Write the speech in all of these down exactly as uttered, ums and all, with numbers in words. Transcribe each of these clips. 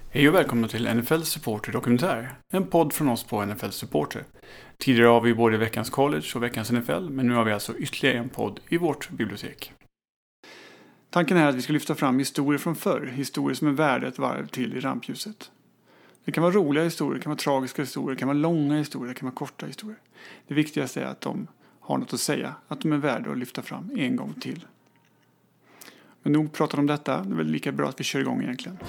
Hej och välkomna till N F L Supporter Dokumentär, en podd från oss på N F L Supporter. Tidigare har vi både veckans college och veckans N F L, men nu har vi alltså ytterligare en podd i vårt bibliotek. Tanken är att vi ska lyfta fram historier från förr, historier som är värda ett varv till i rampljuset. Det kan vara roliga historier, det kan vara tragiska historier, det kan vara långa historier, det kan vara korta historier. Det viktigaste är att de har något att säga, att de är värda att lyfta fram en gång till. Men nog pratar om detta, det är väl lika bra att vi kör igång egentligen.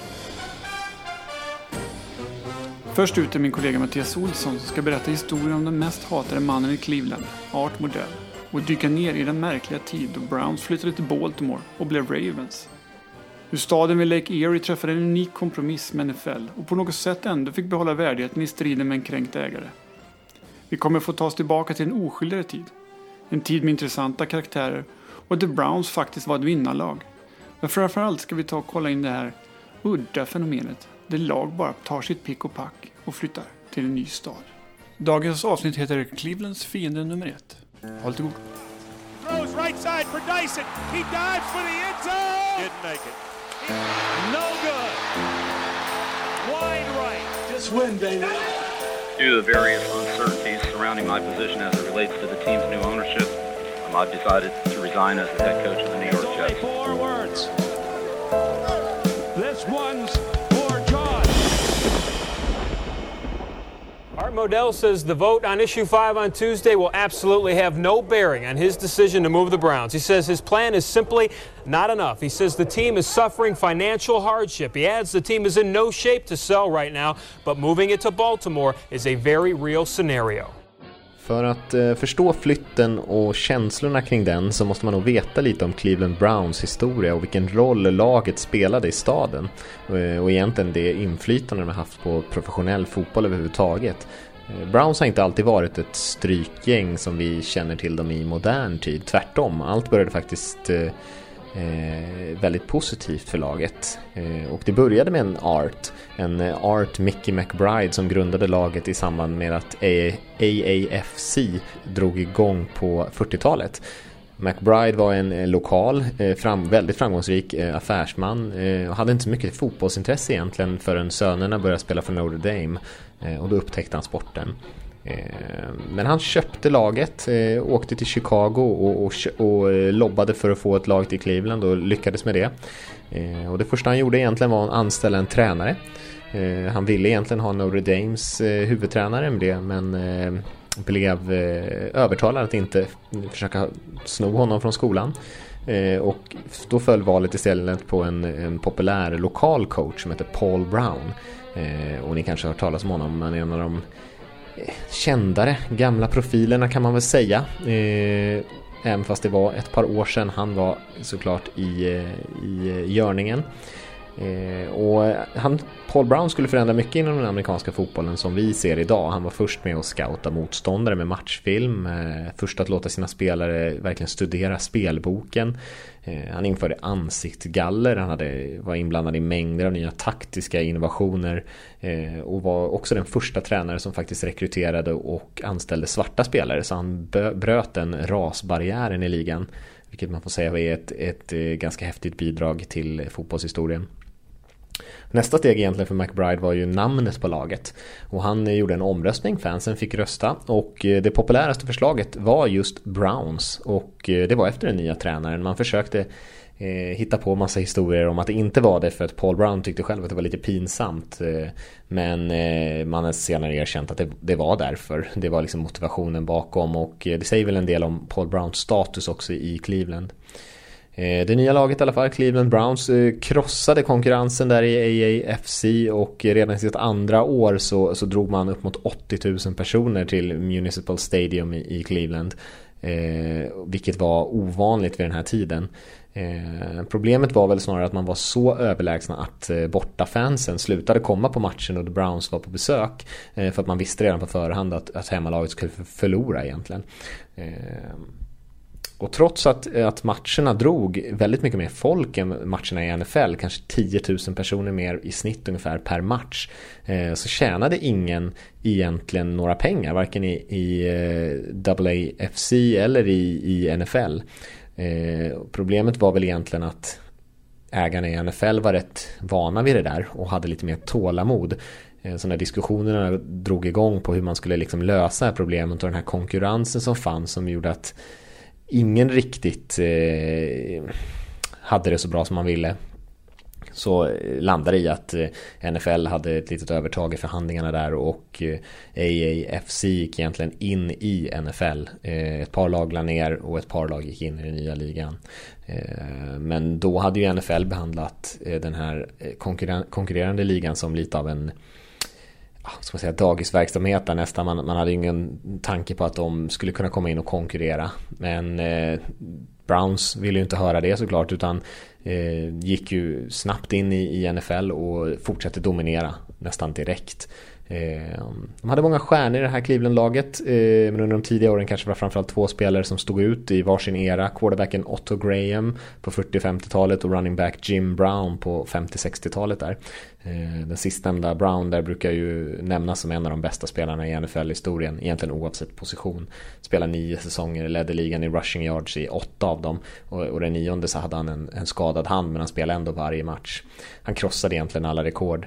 Först ut är min kollega Mattias Olsson som ska berätta historien om den mest hatade mannen i Cleveland, Art Modell, och dyka ner i den märkliga tid då Browns flyttade till Baltimore och blev Ravens. Hur staden vid Lake Erie träffade en unik kompromiss med N F L och på något sätt ändå fick behålla värdigheten i striden med en kränkt ägare. Vi kommer få ta oss tillbaka till en oskyldigare tid. En tid med intressanta karaktärer och där Browns faktiskt var ett vinnarlag. Men framförallt ska vi ta och kolla in det här udda fenomenet där lag bara tar sitt pick och pack och flyttar till en ny stad. Dagens avsnitt heter Clevelands fiende nummer ett. Håll till god. Throws right side for Dyson. He dives for the end zone. Didn't make it. No good. Wide right. Just win, baby. Due to the various uncertainties surrounding my position as it relates to the team's new ownership, um, I've decided to resign as the head coach of the New York Jets. Only four words. This one's Art Modell says the vote on issue five on Tuesday will absolutely have no bearing on his decision to move the Browns. He says his plan is simply not enough. He says the team is suffering financial hardship. He adds the team is in no shape to sell right now, but moving it to Baltimore is a very real scenario. För att eh, förstå flytten och känslorna kring den så måste man nog veta lite om Cleveland Browns historia och vilken roll laget spelade i staden. Eh, och egentligen det inflytande de har haft på professionell fotboll överhuvudtaget. Eh, Browns har inte alltid varit ett strykgäng som vi känner till dem i modern tid. Tvärtom, allt började faktiskt eh, eh, väldigt positivt för laget. Eh, och det började med en Art. En Art Mickey McBride som grundade laget i samband med att A A F C drog igång på fyrtiotalet. McBride var en lokal, fram, väldigt framgångsrik affärsman och hade inte så mycket fotbollsintresse egentligen förrän sönerna började spela för Notre Dame och då upptäckte han sporten. Men han köpte laget, åkte till Chicago och, och, och lobbade för att få ett lag till Cleveland och lyckades med det. Och det första han gjorde egentligen var att anställa en tränare. Han ville egentligen ha Notre Dames huvudtränare med det, men blev övertalad att inte försöka sno honom från skolan. Och då föll valet istället på en, en populär lokal coach som heter Paul Brown. Och ni kanske har hört talas om honom, men en av de kändare gamla profilerna kan man väl säga. Även fast det var ett par år sedan han var såklart i, i görningen. Eh, och han, Paul Brown skulle förändra mycket inom den amerikanska fotbollen som vi ser idag. Han var först med att scouta motståndare med matchfilm, eh, först att låta sina spelare verkligen studera spelboken. eh, Han införde ansiktsgaller. Han hade, var inblandad i mängder av nya taktiska innovationer eh, och var också den första tränare som faktiskt rekryterade och anställde svarta spelare. Så han bö- bröt den rasbarriären i ligan, vilket man får säga är ett, ett ganska häftigt bidrag till fotbollshistorien. Nästa steg egentligen för McBride var ju namnet på laget. Och han gjorde en omröstning, fansen fick rösta. Och det populäraste förslaget var just Browns. Och det var efter den nya tränaren. Man försökte eh, hitta på massa historier om att det inte var det, för att Paul Brown tyckte själv att det var lite pinsamt. Eh, men eh, man har senare erkänt att det, det var därför. Det var liksom motivationen bakom. Och eh, det säger väl en del om Paul Browns status också i Cleveland. Det nya laget i alla fall, Cleveland Browns, krossade konkurrensen där i A A F C och redan i sitt andra år så, så drog man upp mot åttio tusen personer till Municipal Stadium i, i Cleveland, eh, vilket var ovanligt vid den här tiden. Eh, problemet var väl snarare att man var så överlägsna att eh, bortafansen slutade komma på matchen och The Browns var på besök, eh, för att man visste redan på förhand att, att hemmalaget skulle förlora egentligen. Eh, Och trots att, att matcherna drog väldigt mycket mer folk än matcherna i N F L, kanske tio tusen personer mer i snitt ungefär per match, eh, så tjänade ingen egentligen några pengar, varken i, i eh, A A F C eller i, i N F L. Eh, problemet var väl egentligen att ägarna i N F L var rätt vana vid det där och hade lite mer tålamod. Så när diskussionerna drog igång på hur man skulle liksom lösa problemet och den här konkurrensen som fanns, som gjorde att ingen riktigt eh, hade det så bra som man ville, så landade i att N F L hade ett litet övertag i förhandlingarna där, och A A F C gick egentligen in i N F L. Ett par lag la ner och ett par lag gick in i den nya ligan. Men då hade ju N F L behandlat den här konkurrerande ligan som lite av en, ska man säga, dagisverksamhet där nästan. Man, man hade ingen tanke på att de skulle kunna komma in och konkurrera. Men eh, Browns ville ju inte höra det såklart, utan eh, gick ju snabbt in i, i N F L och fortsatte dominera nästan direkt. Eh, de hade många stjärnor i det här Cleveland-laget, eh, men under de tidiga åren kanske var framförallt två spelare som stod ut i varsin era. Quarterbacken Otto Graham på fyrtio- och femtiotalet och running back Jim Brown på femtio- och sextiotalet där. Eh, den sistnämnda Brown där brukar ju nämnas som en av de bästa spelarna i N F L-historien, egentligen oavsett position. Spelade nio säsonger, ledde ligan i rushing yards i åtta av dem, och, och den nionde så hade han en, en skadad hand, men han spelade ändå varje match. Han krossade egentligen alla rekord.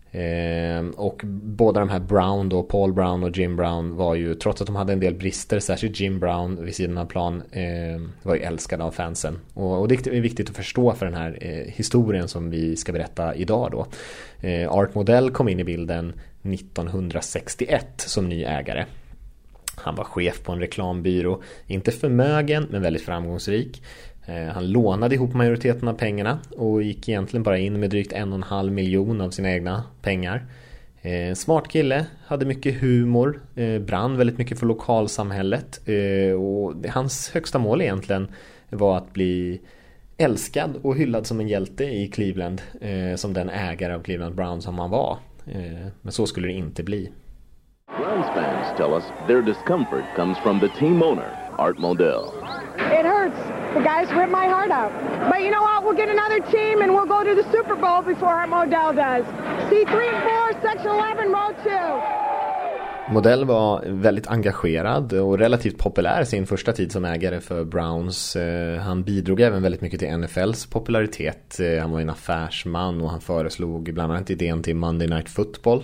Eh, och båda de här Brown då, Paul Brown och Jim Brown, var ju, trots att de hade en del brister, särskilt Jim Brown vid sidan av plan, eh, var ju älskad av fansen, och, och det är viktigt att förstå för den här eh, historien som vi ska berätta idag då. eh, Art Modell kom in i bilden nittonhundrasextioett som ny ägare. Han var chef på en reklambyrå, inte förmögen men väldigt framgångsrik. Han lånade ihop majoriteten av pengarna och gick egentligen bara in med drygt en och en halv miljon av sina egna pengar. Eh, smart kille, hade mycket humor, eh, brann väldigt mycket för lokalsamhället, eh, och hans högsta mål egentligen var att bli älskad och hyllad som en hjälte i Cleveland, eh, som den ägare av Cleveland Browns som han var. Eh, men så skulle det inte bli. Browns fans tell us their discomfort comes from the team owner, Art Modell. It hurts. The guys ripped my heart out. But you know what? We'll get another team and we'll go to the Super Bowl before Art Modell does. C three and four, section eleven, row two. Modell var väldigt engagerad och relativt populär sin första tid som ägare för Browns. Han bidrog även väldigt mycket till N F L:s popularitet. Han var en affärsman och han föreslog bland annat idén till Monday Night Football.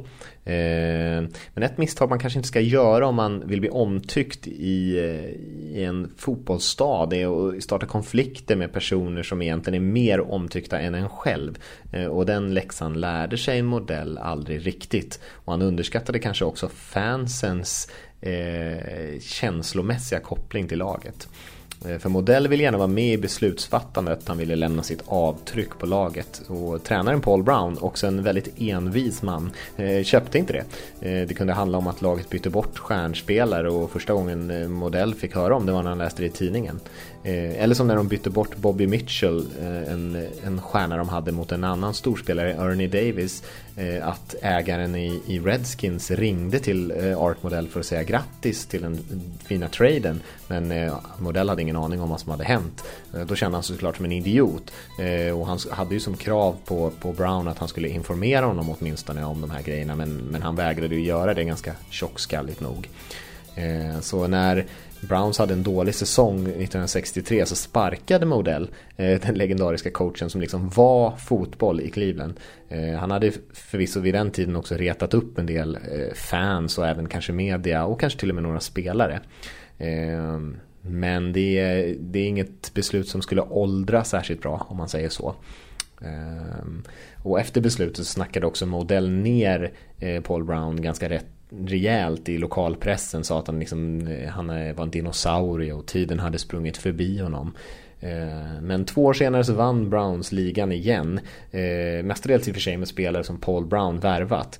Men ett misstag man kanske inte ska göra om man vill bli omtyckt i, i en fotbollsstad är att starta konflikter med personer som egentligen är mer omtyckta än en själv. Och den läxan lärde sig Modell aldrig riktigt. Och han underskattade kanske också fansens eh, känslomässiga koppling till laget. För Modell ville gärna vara med i beslutsfattandet, han ville lämna sitt avtryck på laget, och tränaren Paul Brown, också en väldigt envis man, köpte inte det. Det kunde handla om att laget bytte bort stjärnspelare, och första gången Modell fick höra om det var när han läste det i tidningen. Eller som när de bytte bort Bobby Mitchell, en, en stjärna de hade, mot en annan storspelare, Ernie Davis, att ägaren i, i Redskins ringde till Art Modell för att säga grattis till den fina traden, men Modell hade ingen aning om vad som hade hänt. Då kände han sig såklart som en idiot, och han hade ju som krav på, på Brown att han skulle informera honom åtminstone om de här grejerna, men, men han vägrade ju göra det, ganska tjockskalligt nog. Så när Browns hade en dålig säsong nittonhundrasextiotre så sparkade Modell, eh, den legendariska coachen som liksom var fotboll i Cleveland. Eh, han hade förvisso vid den tiden också retat upp en del eh, fans och även kanske media och kanske till och med några spelare. Eh, men det är, det är inget beslut som skulle åldra särskilt bra, om man säger så. Eh, och efter beslutet så snackade också Modell ner eh, Paul Brown ganska rätt rejält i lokalpressen, sa att han, liksom, han var en dinosaurie och tiden hade sprungit förbi honom. Men två år senare så vann Browns ligan igen, mestadels i och för sig med spelare som Paul Brown värvat,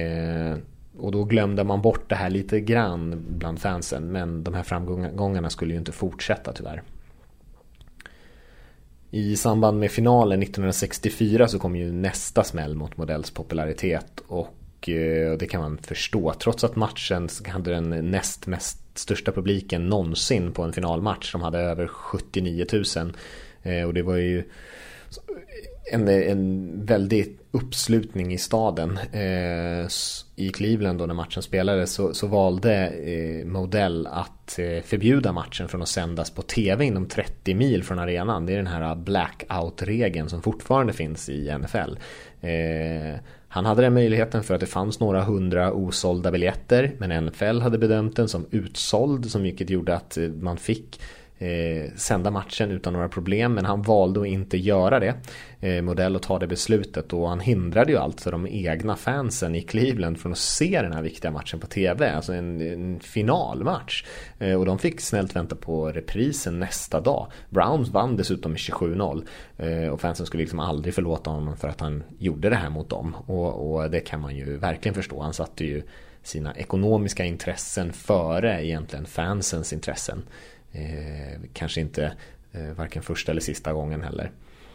och då glömde man bort det här lite grann bland fansen, men de här framgångarna skulle ju inte fortsätta tyvärr. I samband med finalen nittonhundrasextiofyra så kom ju nästa smäll mot Modells popularitet, och och det kan man förstå. Trots att matchen hade den näst mest största publiken någonsin på en finalmatch, som hade över sjuttionio tusen, och det var ju en, en väldigt uppslutning i staden. Eh, i Cleveland då när matchen spelades så, så valde eh, Modell att eh, förbjuda matchen från att sändas på tv inom trettio mil från arenan. Det är den här blackout-regeln som fortfarande finns i N F L. Eh, han hade den möjligheten för att det fanns några hundra osålda biljetter, men N F L hade bedömt den som utsåld, som vilket gjorde att man fick Eh, sända matchen utan några problem, men han valde att inte göra det. eh, Modell att ta det beslutet, och han hindrade ju alltså de egna fansen i Cleveland från att se den här viktiga matchen på tv, alltså en, en finalmatch, eh, och de fick snällt vänta på reprisen nästa dag. Browns vann dessutom med tjugosju noll, eh, och fansen skulle liksom aldrig förlåta honom för att han gjorde det här mot dem, och, och det kan man ju verkligen förstå. Han satte ju sina ekonomiska intressen före egentligen fansens intressen. Eh, kanske inte eh, varken första eller sista gången heller.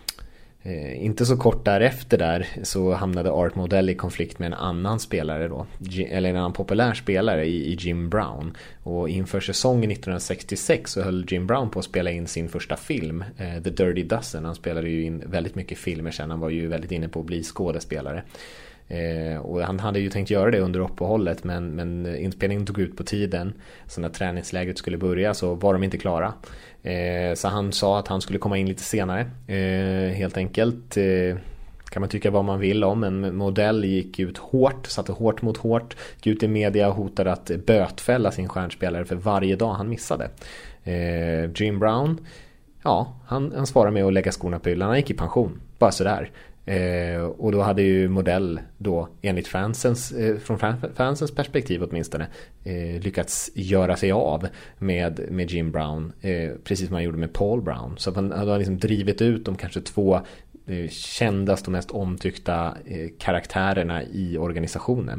Eh, inte så kort därefter där så hamnade Art Modell i konflikt med en annan spelare då, eller en annan populär spelare i, i Jim Brown, och inför säsongen nittonhundrasextiosex så höll Jim Brown på att spela in sin första film, eh, The Dirty Dozen. Han spelade ju in väldigt mycket filmer sen, han var ju väldigt inne på att bli skådespelare. Eh, och han hade ju tänkt göra det under uppehållet, men, men inspelningen tog ut på tiden, så när träningslägret skulle börja så var de inte klara. eh, så han sa att han skulle komma in lite senare, eh, helt enkelt. eh, kan man tycka vad man vill om, men Modell gick ut hårt, satte hårt mot hårt, gick ut i media och hotade att bötfälla sin stjärnspelare för varje dag han missade. eh, Jim Brown, ja, han, han svarade med att lägga skorna på hyllan. Han gick i pension, bara sådär. Eh, och då hade ju Modell då enligt fansens, eh, från fansens perspektiv åtminstone, eh, lyckats göra sig av med, med Jim Brown, eh, precis som han gjorde med Paul Brown. Så han hade liksom drivit ut de kanske två eh, kändaste och mest omtyckta eh, karaktärerna i organisationen.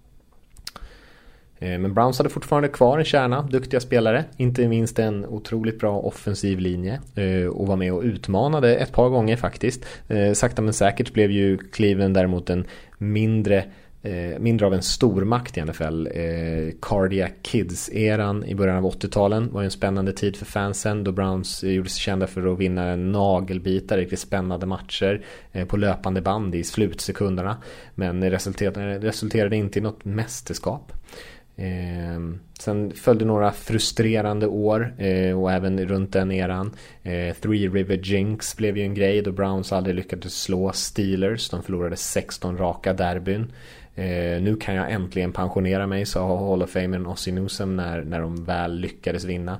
Men Browns hade fortfarande kvar en kärna, duktiga spelare, inte minst en otroligt bra offensiv linje, och var med och utmanade ett par gånger faktiskt. Sakta men säkert blev ju Cleveland däremot en mindre, mindre av en stormakt i N F L. Cardiac Kids-eran i början av åttio-talen var en spännande tid för fansen, då Browns gjorde sig kända för att vinna en nagelbitare, riktigt spännande matcher på löpande band i slutsekunderna, men resulterade, resulterade inte i något mästerskap. Eh, sen följde några frustrerande år, eh, och även runt den eran eh, Three River Jinx blev ju en grej då Browns aldrig lyckades slå Steelers. De förlorade sexton raka derbyn. eh, Nu kan jag äntligen pensionera mig, sa Hall of Famer Ozzie Newsome när, när de väl lyckades vinna.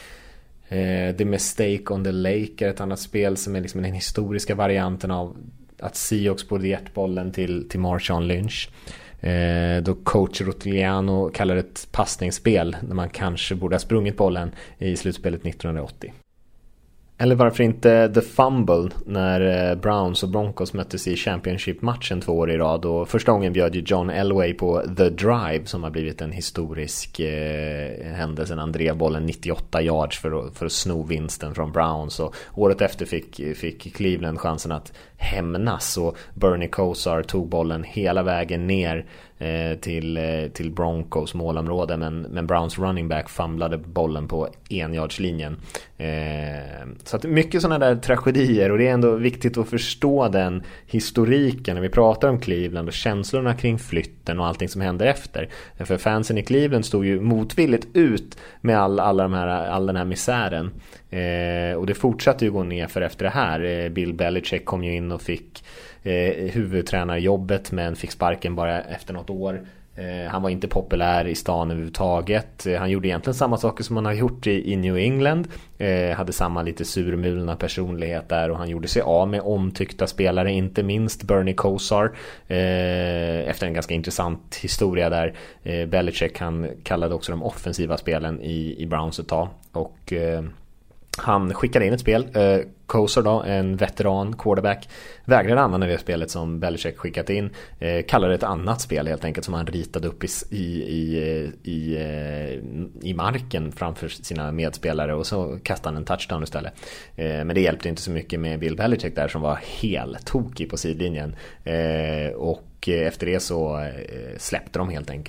eh, The Mistake on the Lake är ett annat spel som är liksom den historiska varianten av att Seahawks borde gett bollen till, till Marshawn Lynch. Eh, då coach Rotiliano kallar det ett passningsspel när man kanske borde ha sprungit bollen i slutspelet nittonhundraåttio. Eller varför inte The Fumble när Browns och Broncos möttes i Championship-matchen två år i rad, och första gången bjöd ju John Elway på The Drive som har blivit en historisk eh, händelse. Han drev bollen nittioåtta yards för att, för att sno vinsten från Browns, och året efter fick, fick Cleveland chansen att hämnas, och Bernie Kosar tog bollen hela vägen ner eh, till, eh, till Broncos målområde, men, men Browns running back famlade bollen på enjardslinjen. Eh, så att mycket sådana där tragedier, och det är ändå viktigt att förstå den historiken när vi pratar om Cleveland och känslorna kring flytten och allting som händer efter. För fansen i Cleveland stod ju motvilligt ut med all, alla de här, all den här misären. Eh, och det fortsatte ju gå ner för efter det här. Eh, Bill Belichick kom ju in och fick eh, huvudtränarjobbet, men fick sparken bara efter något år. Eh, han var inte populär i stan överhuvudtaget. Eh, han gjorde egentligen samma saker som han har gjort i, i New England. Eh, hade samma lite surmulna personlighet där, och han gjorde sig av med omtyckta spelare, inte minst Bernie Kosar. Eh, efter en ganska intressant historia där eh, Belichick, han kallade också de offensiva spelen i, i Browns ett tag, och eh, han skickade in ett spel. eh, Kosar då, en veteran quarterback, vägrade använda det spelet som Belichick skickat in, eh, kallade det ett annat spel helt enkelt som han ritade upp i, i, i, i, i marken framför sina medspelare, och så kastade han en touchdown istället. eh, Men det hjälpte inte så mycket med Bill Belichick där, som var helt tokig på sidlinjen, eh, och efter det så eh, släppte de helt enkelt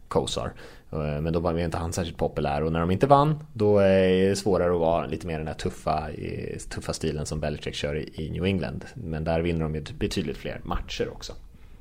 Kosar. Men då var inte han särskilt populär, och när de inte vann då är det svårare att vara lite mer den här tuffa, tuffa stilen som Belichick kör i New England. Men där vinner de ju betydligt fler matcher också.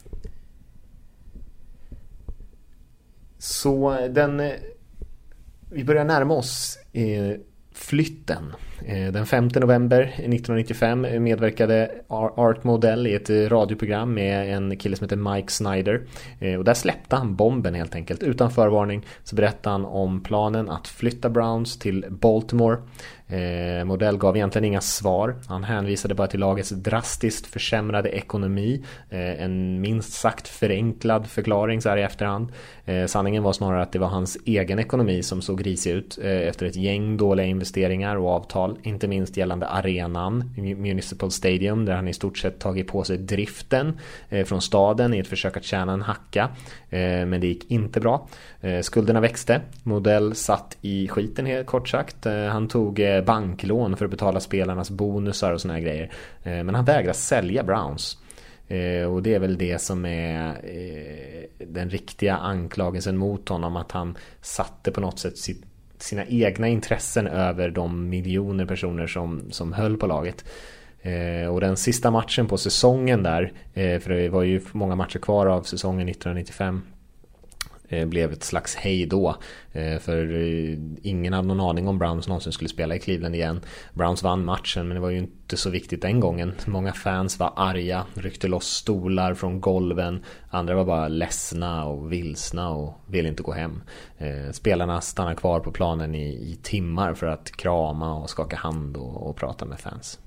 Så den, vi börjar närma oss eh, flytten. Eh, den femte november nittonhundranittiofem medverkade Art Modell i ett radioprogram med en kille som heter Mike Snyder. Eh, och där släppte han bomben helt enkelt. Utan förvarning så berättade han om planen att flytta Browns till Baltimore. Eh, Modell gav egentligen inga svar. Han hänvisade bara till lagets drastiskt försämrade ekonomi. Eh, en minst sagt förenklad förklaring så här i efterhand. Eh, sanningen var snarare att det var hans egen ekonomi som såg risig ut eh, efter ett gäng dåliga investeringar och avtal. Inte minst gällande arenan, Municipal Stadium, där han i stort sett tagit på sig driften eh, från staden i ett försök att tjäna en hacka. Eh, men det gick inte bra. Eh, skulderna växte. Modell satt i skiten helt kort sagt. Eh, han tog eh, banklån för att betala spelarnas bonusar och såna här grejer. Eh, men han vägrar sälja Browns. Eh, och det är väl det som är eh, den riktiga anklagelsen mot honom, att han satte på något sätt sitt, sina egna intressen över de miljoner personer som, som höll på laget. Eh, och den sista matchen på säsongen där, eh, för det var ju många matcher kvar av säsongen nittonhundranittiofem, blev ett slags hej då, för ingen hade någon aning om Browns någonsin skulle spela i Cleveland igen. Browns vann matchen, men det var ju inte så viktigt den gången. Många fans var arga, ryckte loss stolar från golven. Andra var bara ledsna och vilsna och ville inte gå hem. Spelarna stannade kvar på planen i, i timmar för att krama och skaka hand och, och prata med fans.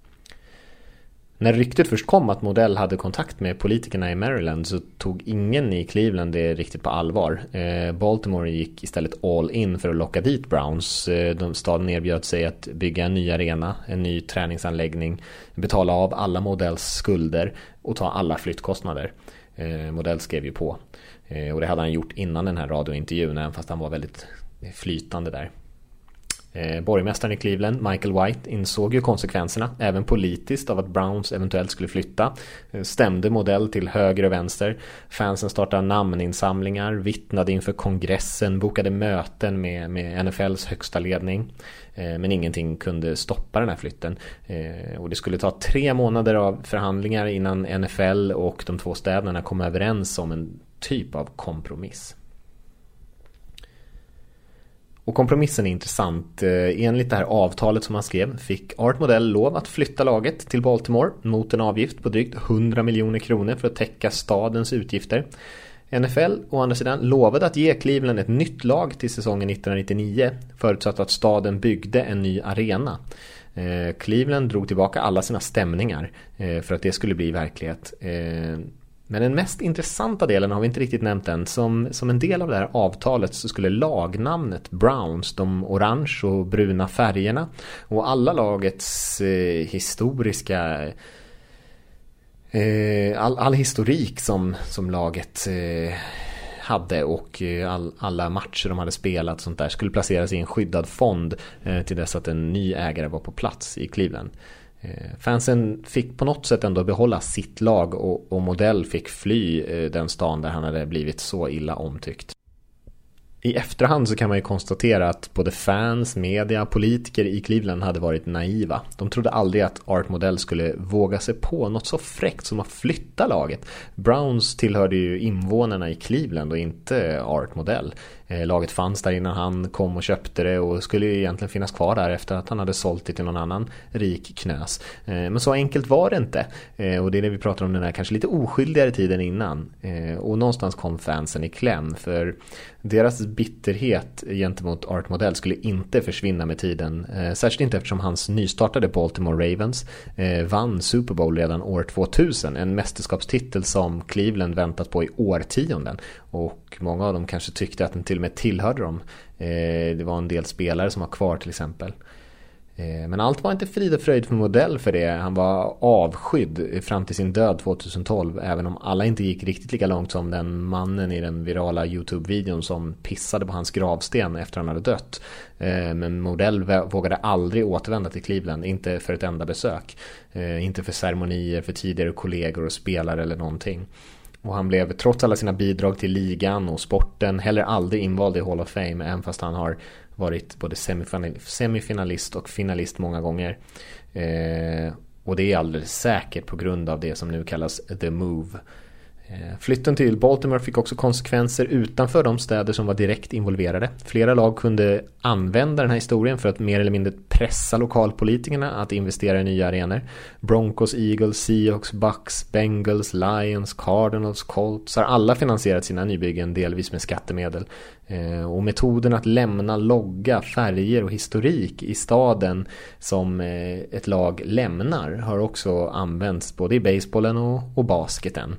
När ryktet först kom att Modell hade kontakt med politikerna i Maryland så tog ingen i Cleveland det riktigt på allvar. Eh, Baltimore gick istället all in för att locka dit Browns. Eh, de, staden erbjöd sig att bygga en ny arena, en ny träningsanläggning, betala av alla Modells skulder och ta alla flyttkostnader. Eh, Modell skrev ju på. Eh, och det hade han gjort innan den här radiointervjun, även fast han var väldigt flytande där. Eh, borgmästaren i Cleveland, Michael White, insåg ju konsekvenserna, även politiskt, av att Browns eventuellt skulle flytta. Eh, stämde Modell till höger och vänster. Fansen startade namninsamlingar, vittnade inför kongressen, bokade möten med, med N F L:s högsta ledning. Eh, men ingenting kunde stoppa den här flytten. Eh, och det skulle ta tre månader av förhandlingar innan N F L och de två städerna kom överens om en typ av kompromiss. Och kompromissen är intressant. Enligt det här avtalet som han skrev fick Art Modell lov att flytta laget till Baltimore mot en avgift på drygt hundra miljoner kronor för att täcka stadens utgifter. N F L å andra sidan lovade att ge Cleveland ett nytt lag till säsongen nittonhundranittionio, förutsatt att staden byggde en ny arena. Cleveland drog tillbaka alla sina stämningar för att det skulle bli verklighet. Men den mest intressanta delen har vi inte riktigt nämnt än. Som, som en del av det här avtalet så skulle lagnamnet Browns, de orange och bruna färgerna, och alla lagets eh, historiska eh, all, all historik som, som laget eh, hade och all, alla matcher de hade spelat och sånt där skulle placeras i en skyddad fond eh, till dess att en ny ägare var på plats i Cleveland. Fansen fick på något sätt ändå behålla sitt lag, och, och Modell fick fly den stan där han hade blivit så illa omtyckt. I efterhand så kan man ju konstatera att både fans, media, politiker i Cleveland hade varit naiva. De trodde aldrig att Art Modell skulle våga sig på något så fräckt som att flytta laget. Browns tillhörde ju invånarna i Cleveland och inte Art Modell. Eh, laget fanns där innan han kom och köpte det och skulle ju egentligen finnas kvar där efter att han hade sålt det till någon annan rik knös. Eh, men så enkelt var det inte. Eh, och det är det vi pratar om den här kanske lite oskyldigare tiden innan. Eh, och någonstans kom fansen i kläm, för deras bitterhet gentemot Art Modell skulle inte försvinna med tiden. Eh, särskilt inte eftersom hans nystartade Baltimore Ravens eh, vann Super Bowl redan år tvåtusen. En mästerskapstitel som Cleveland väntat på i årtionden. Och många av dem kanske tyckte att den till och med tillhörde dem. Eh, det var en del spelare som var kvar till exempel. Eh, men allt var inte frid och fröjd för Modell för det. Han var avskydd fram till sin död tjugotolv, även om alla inte gick riktigt lika långt som den mannen i den virala YouTube-videon som pissade på hans gravsten efter han hade dött. Eh, men Modell vågade aldrig återvända till Cleveland, inte för ett enda besök. Eh, inte för ceremonier, för tidigare kollegor och spelare eller någonting. Och han blev trots alla sina bidrag till ligan och sporten heller aldrig invald i Hall of Fame, även fast han har varit både semifinalist och finalist många gånger. Eh, och det är alldeles säkert på grund av det som nu kallas The Move. Flytten till Baltimore fick också konsekvenser utanför de städer som var direkt involverade. Flera lag kunde använda den här historien för att mer eller mindre pressa lokalpolitikerna att investera i nya arenor. Broncos, Eagles, Seahawks, Bucks, Bengals, Lions, Cardinals, Colts har alla finansierat sina nybyggen delvis med skattemedel. Och metoden att lämna logga, färger och historik i staden som ett lag lämnar har också använts både i basebollen och, och basketen.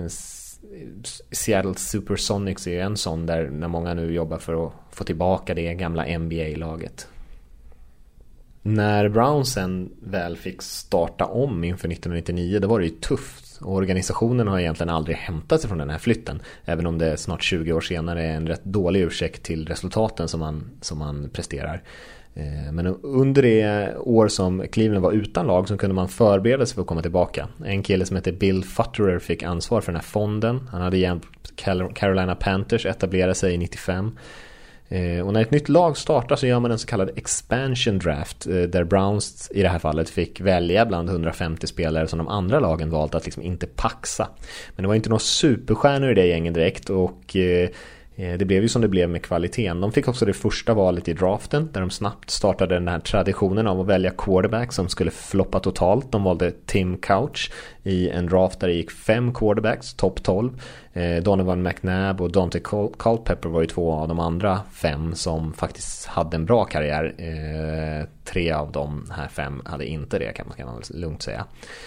Seattle Supersonics är en sån där när många nu jobbar för att få tillbaka det gamla N B A-laget. När Brownsen väl fick starta om inför nittonhundranittionio, då var det ju tufft. Och organisationen har egentligen aldrig hämtat sig från den här flytten, även om det snart tjugo år senare är en rätt dålig ursäkt till resultaten som man, som man presterar. Men under det år som Cleveland var utan lag så kunde man förbereda sig för att komma tillbaka. En kille som heter Bill Futterer fick ansvar för den här fonden. Han hade hjälpt Carolina Panthers etablera sig i nittiofem. Och när ett nytt lag startar så gör man en så kallad expansion draft, där Browns i det här fallet fick välja bland hundrafemtio spelare som de andra lagen valt att liksom inte paxa. Men det var inte några superstjärnor i det gängen direkt, och det blev ju som det blev med kvaliteten. De fick också det första valet i draften, där de snabbt startade den här traditionen av att välja quarterback som skulle floppa totalt. De valde Tim Couch i en draft där det gick fem quarterbacks, topp tolv. Eh, Donovan McNabb och Dante Culpepper var ju två av de andra fem som faktiskt hade en bra karriär. Eh, tre av de här fem hade inte det, kan man, kan man lugnt säga.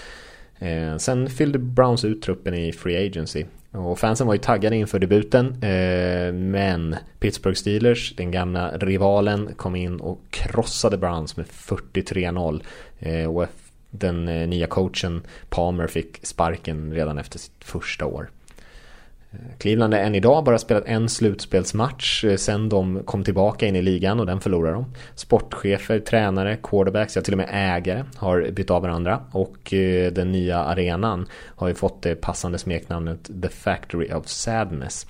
Eh, sen fyllde Browns ut truppen i free agency. Och fansen var ju taggade inför debuten, eh, men Pittsburgh Steelers, den gamla rivalen, kom in och krossade Browns med fyrtiotre noll. Eh, och den eh, nya coachen Palmer fick sparken redan efter sitt första år. Cleveland är än idag bara spelat en slutspelsmatch sen de kom tillbaka in i ligan, och den förlorar de. Sportchefer, tränare, quarterbacks, ja till och med ägare har bytt av varandra, och den nya arenan har ju fått det passande smeknamnet The Factory of Sadness.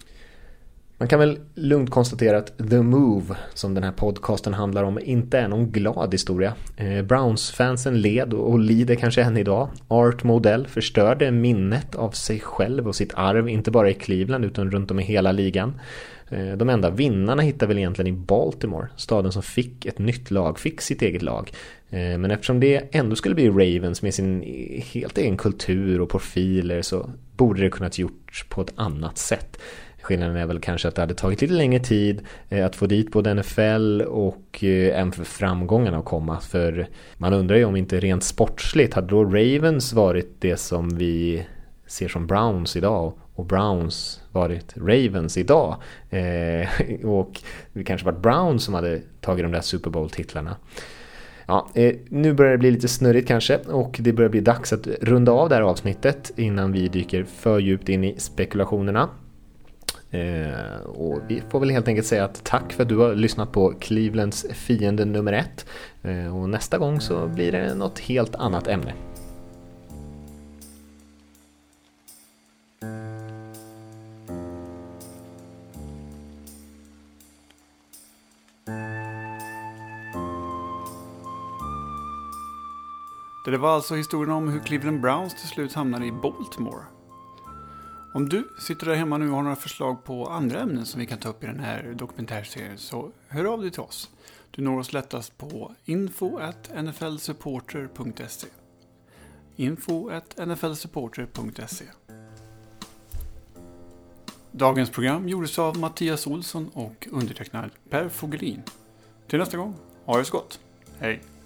Man kan väl lugnt konstatera att The Move, som den här podcasten handlar om, inte är någon glad historia. Eh, Browns-fansen led och lider kanske än idag. Art Modell förstörde minnet av sig själv och sitt arv, inte bara i Cleveland utan runt om i hela ligan. Eh, de enda vinnarna hittar väl egentligen i Baltimore, staden som fick ett nytt lag, fick sitt eget lag. Eh, men eftersom det ändå skulle bli Ravens med sin helt egen kultur och profiler, så borde det kunnat gjorts på ett annat sätt. Skillnaden är väl kanske att det hade tagit lite längre tid eh, att få dit både N F L och eh, även för framgångarna att komma. För man undrar ju om inte rent sportsligt hade då Ravens varit det som vi ser som Browns idag, och Browns varit Ravens idag. Eh, och det kanske varit Browns som hade tagit de där Super Bowl-titlarna. Ja, eh, nu börjar det bli lite snurrigt kanske, och det börjar bli dags att runda av det här avsnittet innan vi dyker för djupt in i spekulationerna. Eh, och vi får väl helt enkelt säga att tack för att du har lyssnat på Clevelands fiende nummer ett, eh, och nästa gång så blir det något helt annat ämne. Det var alltså historien om hur Cleveland Browns till slut hamnade i Baltimore. Om du sitter där hemma nu och har några förslag på andra ämnen som vi kan ta upp i den här dokumentärserien, så hör av dig till oss. Du når oss lättast på info at n f l supporter punkt se. info at n f l supporter punkt se. Dagens program gjordes av Mattias Olsson och undertecknad Per Fogelin. Till nästa gång, ha det så gott. Hej!